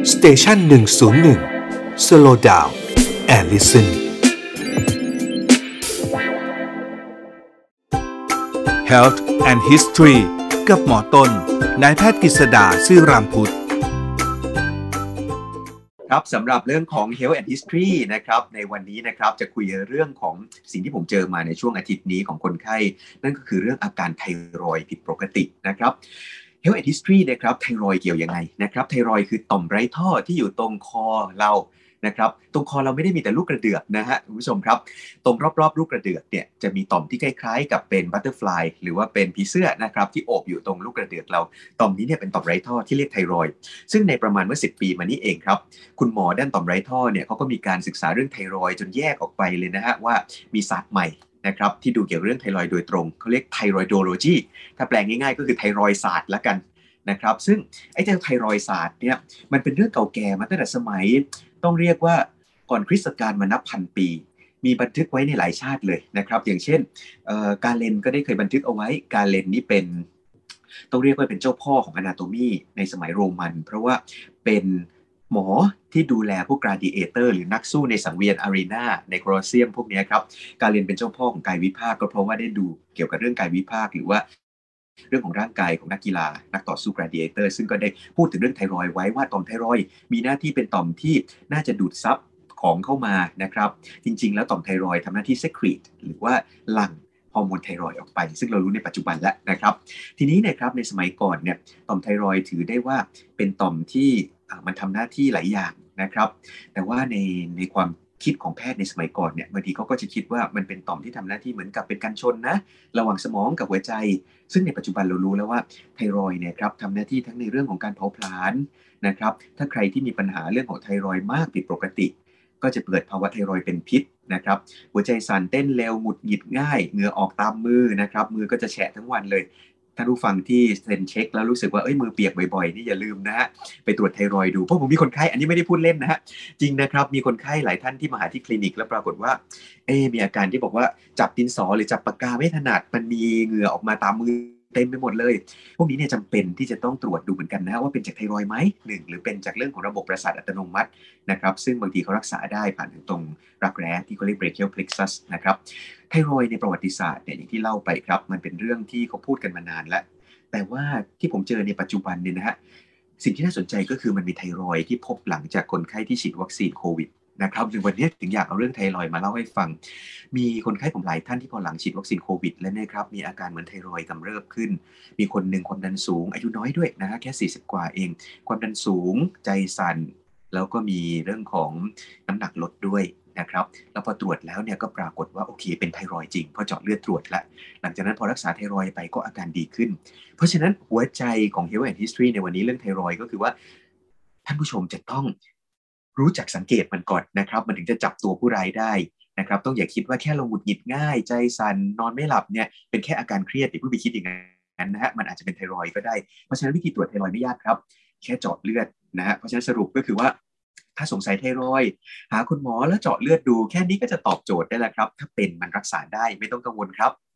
สเตชัน101 Slow Down and Listen Health and History กับหมอต้นนายแพทย์กฤษดาซื่อรามพุทธครับสำหรับเรื่องของ Health and History นะครับในวันนี้นะครับจะคุยเรื่องของสิ่งที่ผมเจอมาในช่วงอาทิตย์นี้ของคนไข้นั่นก็คือเรื่องอาการไทรอยด์ผิดปกตินะครับ Health and History นะครับไทรอยด์เกี่ยวยังไงนะครับไทรอยด์คือต่อมไร้ท่อที่อยู่ตรงคอเรานะครับตรงคอเราไม่ได้มีแต่ลูกกระเดือกนะฮะคุณผู้ชมครับตรงรอบๆลูกกระเดือกเนี่ยจะมีต่อมที่คล้ายๆกับเป็นบัตเตอร์ฟลายหรือว่าเป็นผีเสื้อนะครับที่โอบอยู่ตรงลูกกระเดือกเราต่อมนี้เนี่ยเป็นต่อมไร้ท่อที่เรียกไทรอยด์ซึ่งในประมาณเมื่อ10 ปีมานี้เองครับคุณหมอด้านต่อมไร้ท่อเนี่ยเขาก็มีการศึกษาเรื่องไทรอยด์จนแยกออกไปเลยนะฮะว่ามีศาสตร์ใหม่นะครับที่ดูเกี่ยวกับเรื่องไทรอยด์โดยตรงเขาเรียกไทรอยโดโลจีถ้าแปลงง่ายๆก็คือไทรอยด์ศาสตร์ละกันนะครับซึ่งไอ้เจ้าไทรอยด์ศาสตร์เนี่ยมันเป็นเรื่องเก่าแก่มาตั้งแต่สมัยต้องเรียกว่าก่อนคริสตกาลมานับพันปีมีบันทึกไว้ในหลายชาติเลยนะครับอย่างเช่นกาเลนก็ได้เคยบันทึกเอาไว้กาเลนนี่เป็นต้องเรียกว่าเป็นเจ้าพ่อของอนาโตมีในสมัยโรมันเพราะว่าเป็นหมอที่ดูแลพวกกราดิเอเตอร์หรือนักสู้ในสังเวียนอารีนาในโคลอสเซียมพวกนี้ครับกาเลนเป็นเจ้าพ่อของกายวิภาคก็เพราะว่าได้ดูเกี่ยวกับเรื่องกายวิภาคหรือว่าเรื่องของร่างกายของนักกีฬานักต่อสู้ gladiator ซึ่งก็ได้พูดถึงเรื่องไทรอยด์ไว้ว่าต่อมไทรอยด์มีหน้าที่เป็นต่อมที่น่าจะดูดซับของเข้ามานะครับจริงๆแล้วต่อมไทรอยด์ทำหน้าที่ secrete หรือว่าหลั่งฮอร์โมนไทรอยด์ออกไปซึ่งเรารู้ในปัจจุบันแล้วนะครับทีนี้นะครับในสมัยก่อนเนี่ยต่อมไทรอยด์ถือได้ว่าเป็นต่อมที่มันทำหน้าที่หลายอย่างนะครับแต่ว่าในความคิดของแพทย์ในสมัยก่อนเนี่ยบางทีเขาก็จะคิดว่ามันเป็นต่อมที่ทำหน้าที่เหมือนกับเป็นกันชนนะระหว่างสมองกับหัวใจซึ่งในปัจจุบันเรารู้แล้วว่าไทรอยด์เนี่ยครับทำหน้าที่ทั้งในเรื่องของการเผาผลาญนะครับถ้าใครที่มีปัญหาเรื่องของไทรอยด์มากผิดปกติก็จะเกิดภาวะไทรอยด์เป็นพิษนะครับหัวใจสั่นเต้นเร็วหงุดหงิดง่ายเหงื่อออกตามมือนะครับมือก็จะแฉะทั้งวันเลยท่านผู้ฟังที่เซ็นเช็คแล้วรู้สึกว่ามือเปียกบ่อยๆนี่อย่าลืมนะฮะไปตรวจไทรอยด์ดูเพราะผมมีคนไข้อันนี้ไม่ได้พูดเล่นนะฮะจริงนะครับมีคนไข้หลายท่านที่มาหาที่คลินิกแล้วปรากฏว่ามีอาการที่บอกว่าจับดินสอหรือจับปากกาไม่ถนัดมันมีเหงื่อออกมาตามมือเต็มไปหมดเลยพวกนี้เนี่ยจำเป็นที่จะต้องตรวจดูเหมือนกันนะว่าเป็นจากไทรอยด์ไหม1หรือเป็นจากเรื่องของระบบประสาทอัตโนมัตินะครับซึ่งบางทีเขารักษาได้ผ่านตรงรักแร้ที่เขาเรียก brachial plexus นะครับไทรอยด์ในประวัติศาสตร์เนี่ยอย่างที่เล่าไปครับมันเป็นเรื่องที่เขาพูดกันมานานแล้วแต่ว่าที่ผมเจอในปัจจุบันเนี่ยนะฮะสิ่งที่น่าสนใจก็คือมันมีไทรอยด์ที่พบหลังจากคนไข้ที่ฉีดวัคซีนโควิดนะครับถึงวันนี้ถึงอยากเอาเรื่องไทรอยด์มาเล่าให้ฟังมีคนไข้ผมหลายท่านที่พอหลังฉีดวัคซีนโควิดแล้วนะครับมีอาการเหมือนไทรอยด์กำเริบขึ้นมีคนหนึ่งความดันสูงอายุน้อยด้วยนะฮะแค่40กว่าเองความดันสูงใจสั่นแล้วก็มีเรื่องของน้ำหนักลดด้วยนะครับแล้วพอตรวจแล้วเนี่ยก็ปรากฏว่าโอเคเป็นไทรอยด์จริงพอเจาะเลือดตรวจแล้วหลังจากนั้นพอรักษาไทรอยด์ไปก็อาการดีขึ้นเพราะฉะนั้นหัวใจของ Health and History ในวันนี้เรื่องไทรอยด์ก็คือว่าท่านผู้ชมจะต้องรู้จักสังเกตมันก่อนนะครับมันถึงจะจับตัวผู้ร้ายได้นะครับต้องอย่าคิดว่าแค่เราหงุดหงิดง่ายใจสั่นนอนไม่หลับเนี่ยเป็นแค่อาการเครียดอย่าเพิ่งไปคิดอย่างนั้นนะฮะมันอาจจะเป็นไทรอยด์ก็ได้เพราะฉะนั้นวิธีตรวจไทรอยด์ไม่ยากครับแค่เจาะเลือดนะฮะเพราะฉะนั้นสรุปก็คือว่าถ้าสงสัยไทรอยด์หาคุณหมอแล้วเจาะเลือดดูแค่นี้ก็จะตอบโจทย์ได้แล้วครับถ้าเป็นมันรักษาได้ไม่ต้องกังวลครับ